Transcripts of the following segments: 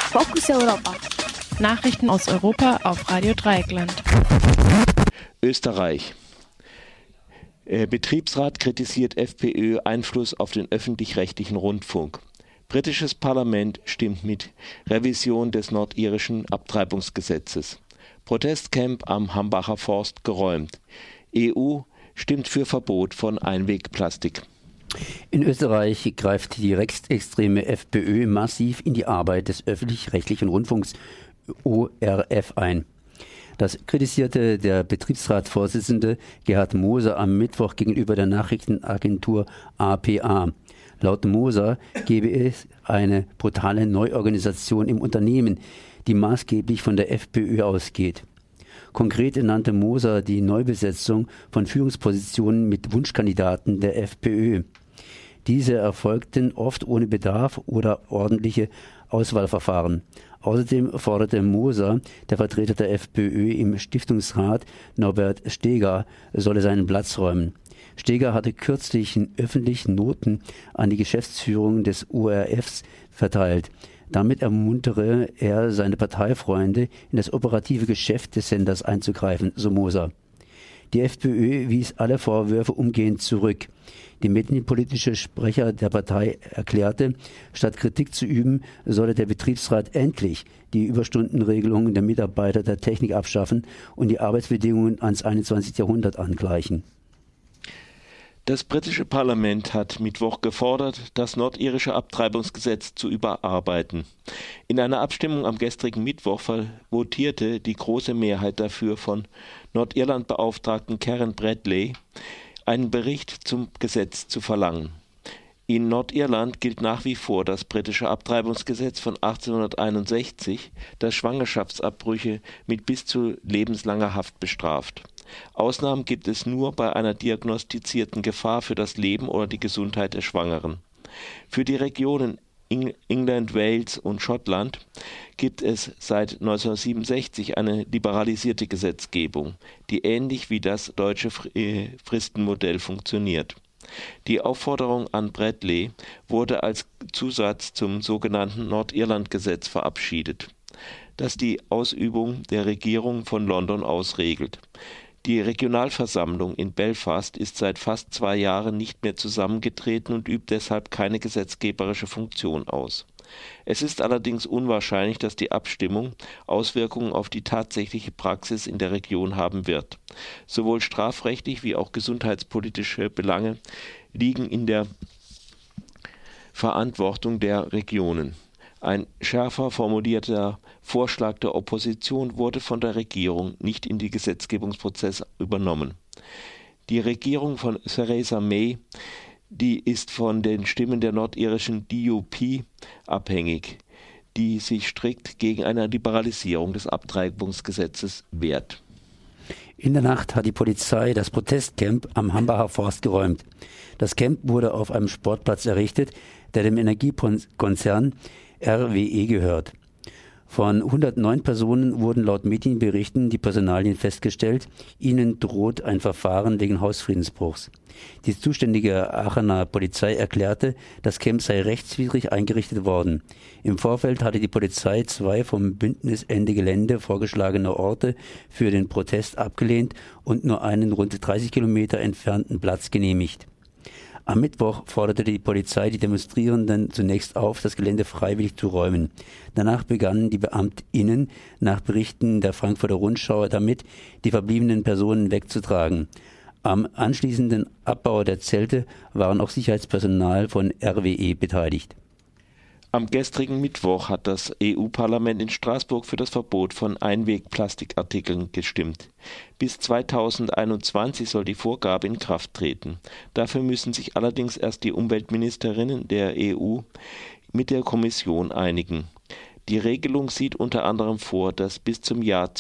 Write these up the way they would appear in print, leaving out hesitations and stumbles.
Fokus Europa. Nachrichten aus Europa auf Radio Dreieckland. Österreich. Betriebsrat kritisiert FPÖ Einfluss auf den öffentlich-rechtlichen Rundfunk. Britisches Parlament stimmt mit Revision des nordirischen Abtreibungsgesetzes. Protestcamp am Hambacher Forst geräumt. EU stimmt für Verbot von Einwegplastik. In Österreich greift die rechtsextreme FPÖ massiv in die Arbeit des öffentlich-rechtlichen Rundfunks ORF ein. Das kritisierte der Betriebsratsvorsitzende Gerhard Moser am Mittwoch gegenüber der Nachrichtenagentur APA. Laut Moser gebe es eine brutale Neuorganisation im Unternehmen, die maßgeblich von der FPÖ ausgeht. Konkret nannte Moser die Neubesetzung von Führungspositionen mit Wunschkandidaten der FPÖ. Diese erfolgten oft ohne Bedarf oder ordentliche Auswahlverfahren. Außerdem forderte Moser, der Vertreter der FPÖ im Stiftungsrat, Norbert Steger, solle seinen Platz räumen. Steger hatte kürzlich öffentlich Noten an die Geschäftsführung des ORFs verteilt. Damit ermuntere er seine Parteifreunde, in das operative Geschäft des Senders einzugreifen, so Moser. Die FPÖ wies alle Vorwürfe umgehend zurück. Der medienpolitische Sprecher der Partei erklärte, statt Kritik zu üben, solle der Betriebsrat endlich die Überstundenregelungen der Mitarbeiter der Technik abschaffen und die Arbeitsbedingungen ans 21. Jahrhundert angleichen. Das britische Parlament hat Mittwoch gefordert, das nordirische Abtreibungsgesetz zu überarbeiten. In einer Abstimmung am gestrigen Mittwoch votierte die große Mehrheit dafür, von Nordirland-Beauftragten Karen Bradley einen Bericht zum Gesetz zu verlangen. In Nordirland gilt nach wie vor das britische Abtreibungsgesetz von 1861, das Schwangerschaftsabbrüche mit bis zu lebenslanger Haft bestraft. Ausnahmen gibt es nur bei einer diagnostizierten Gefahr für das Leben oder die Gesundheit der Schwangeren. Für die Regionen England, Wales und Schottland gibt es seit 1967 eine liberalisierte Gesetzgebung, die ähnlich wie das deutsche Fristenmodell funktioniert. Die Aufforderung an Bradley wurde als Zusatz zum sogenannten Nordirland-Gesetz verabschiedet, das die Ausübung der Regierung von London aus regelt. Die Regionalversammlung in Belfast ist seit fast 2 Jahren nicht mehr zusammengetreten und übt deshalb keine gesetzgeberische Funktion aus. Es ist allerdings unwahrscheinlich, dass die Abstimmung Auswirkungen auf die tatsächliche Praxis in der Region haben wird. Sowohl strafrechtlich wie auch gesundheitspolitische Belange liegen in der Verantwortung der Regionen. Ein schärfer formulierter Vorschlag der Opposition wurde von der Regierung nicht in den Gesetzgebungsprozess übernommen. Die Regierung von Theresa May, die ist von den Stimmen der nordirischen DUP abhängig, die sich strikt gegen eine Liberalisierung des Abtreibungsgesetzes wehrt. In der Nacht hat die Polizei das Protestcamp am Hambacher Forst geräumt. Das Camp wurde auf einem Sportplatz errichtet, der dem Energiekonzern RWE gehört. Von 109 Personen wurden laut Medienberichten die Personalien festgestellt. Ihnen droht ein Verfahren wegen Hausfriedensbruchs. Die zuständige Aachener Polizei erklärte, das Camp sei rechtswidrig eingerichtet worden. Im Vorfeld hatte die Polizei 2 vom Bündnis Ende Gelände vorgeschlagene Orte für den Protest abgelehnt und nur einen rund 30 Kilometer entfernten Platz genehmigt. Am Mittwoch forderte die Polizei die Demonstrierenden zunächst auf, das Gelände freiwillig zu räumen. Danach begannen die BeamtInnen nach Berichten der Frankfurter Rundschau damit, die verbliebenen Personen wegzutragen. Am anschließenden Abbau der Zelte waren auch Sicherheitspersonal von RWE beteiligt. Am gestrigen Mittwoch hat das EU-Parlament in Straßburg für das Verbot von Einwegplastikartikeln gestimmt. Bis 2021 soll die Vorgabe in Kraft treten. Dafür müssen sich allerdings erst die Umweltministerinnen der EU mit der Kommission einigen. Die Regelung sieht unter anderem vor, dass bis zum Jahr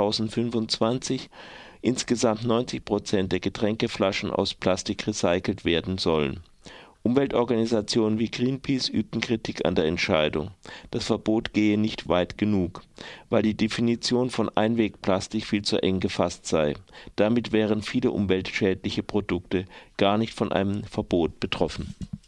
2025 insgesamt 90% der Getränkeflaschen aus Plastik recycelt werden sollen. Umweltorganisationen wie Greenpeace übten Kritik an der Entscheidung. Das Verbot gehe nicht weit genug, weil die Definition von Einwegplastik viel zu eng gefasst sei. Damit wären viele umweltschädliche Produkte gar nicht von einem Verbot betroffen.